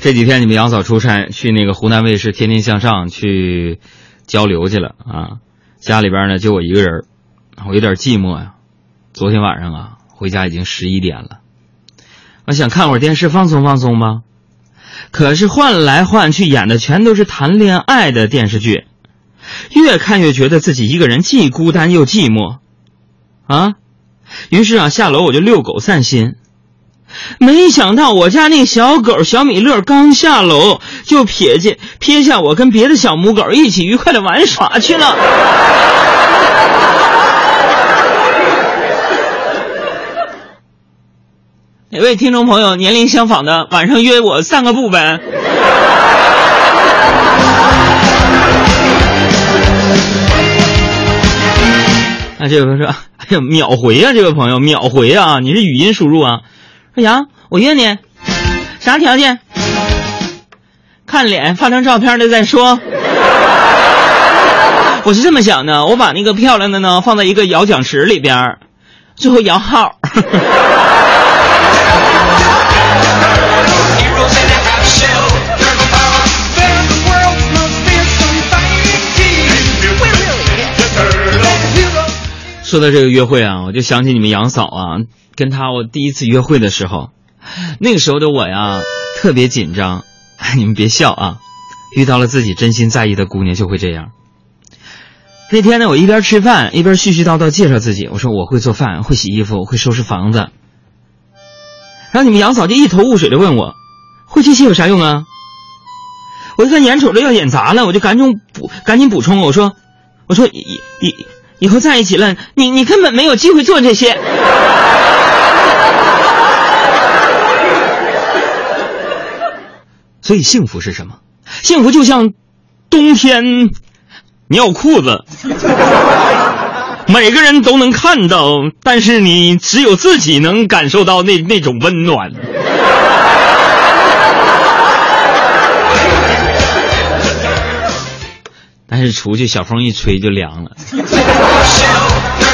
这几天你们杨嫂出差去那个湖南卫视《天天向上》去交流去了啊，家里边呢就我一个人，我有点寂寞呀。昨天晚上啊，回家已经11点了，我想看会儿电视放松放松吧，可是换来换去演的全都是谈恋爱的电视剧，越看越觉得自己一个人既孤单又寂寞啊。于是啊，下楼我就遛狗散心。没想到我家那小狗小米乐刚下楼就撇下我跟别的小母狗一起愉快的玩耍去了。哪位听众朋友年龄相仿的，晚上约我散个步呗。啊，这位朋友说，哎呀，秒回啊，这位朋友秒回啊，你是语音输入啊？说杨，我约你，啥条件？看脸，发张照片的再说。我是这么想的，我把那个漂亮的呢放在一个摇奖池里边，最后摇号。说到这个约会啊，我就想起你们杨嫂啊，跟她我第一次约会的时候，那个时候的我呀特别紧张。你们别笑啊，遇到了自己真心在意的姑娘就会这样。那天呢，我一边吃饭一边絮絮叨叨介绍自己，我说我会做饭，会洗衣服，会收拾房子。然后你们杨嫂就一头雾水的问我，会这些有啥用啊？我一看眼瞅着要演砸了，我就赶紧补充，我说以后在一起了，你根本没有机会做这些。所以幸福是什么？幸福就像冬天尿裤子，每个人都能看到，但是你只有自己能感受到那种温暖。但是出去小风一吹就凉了。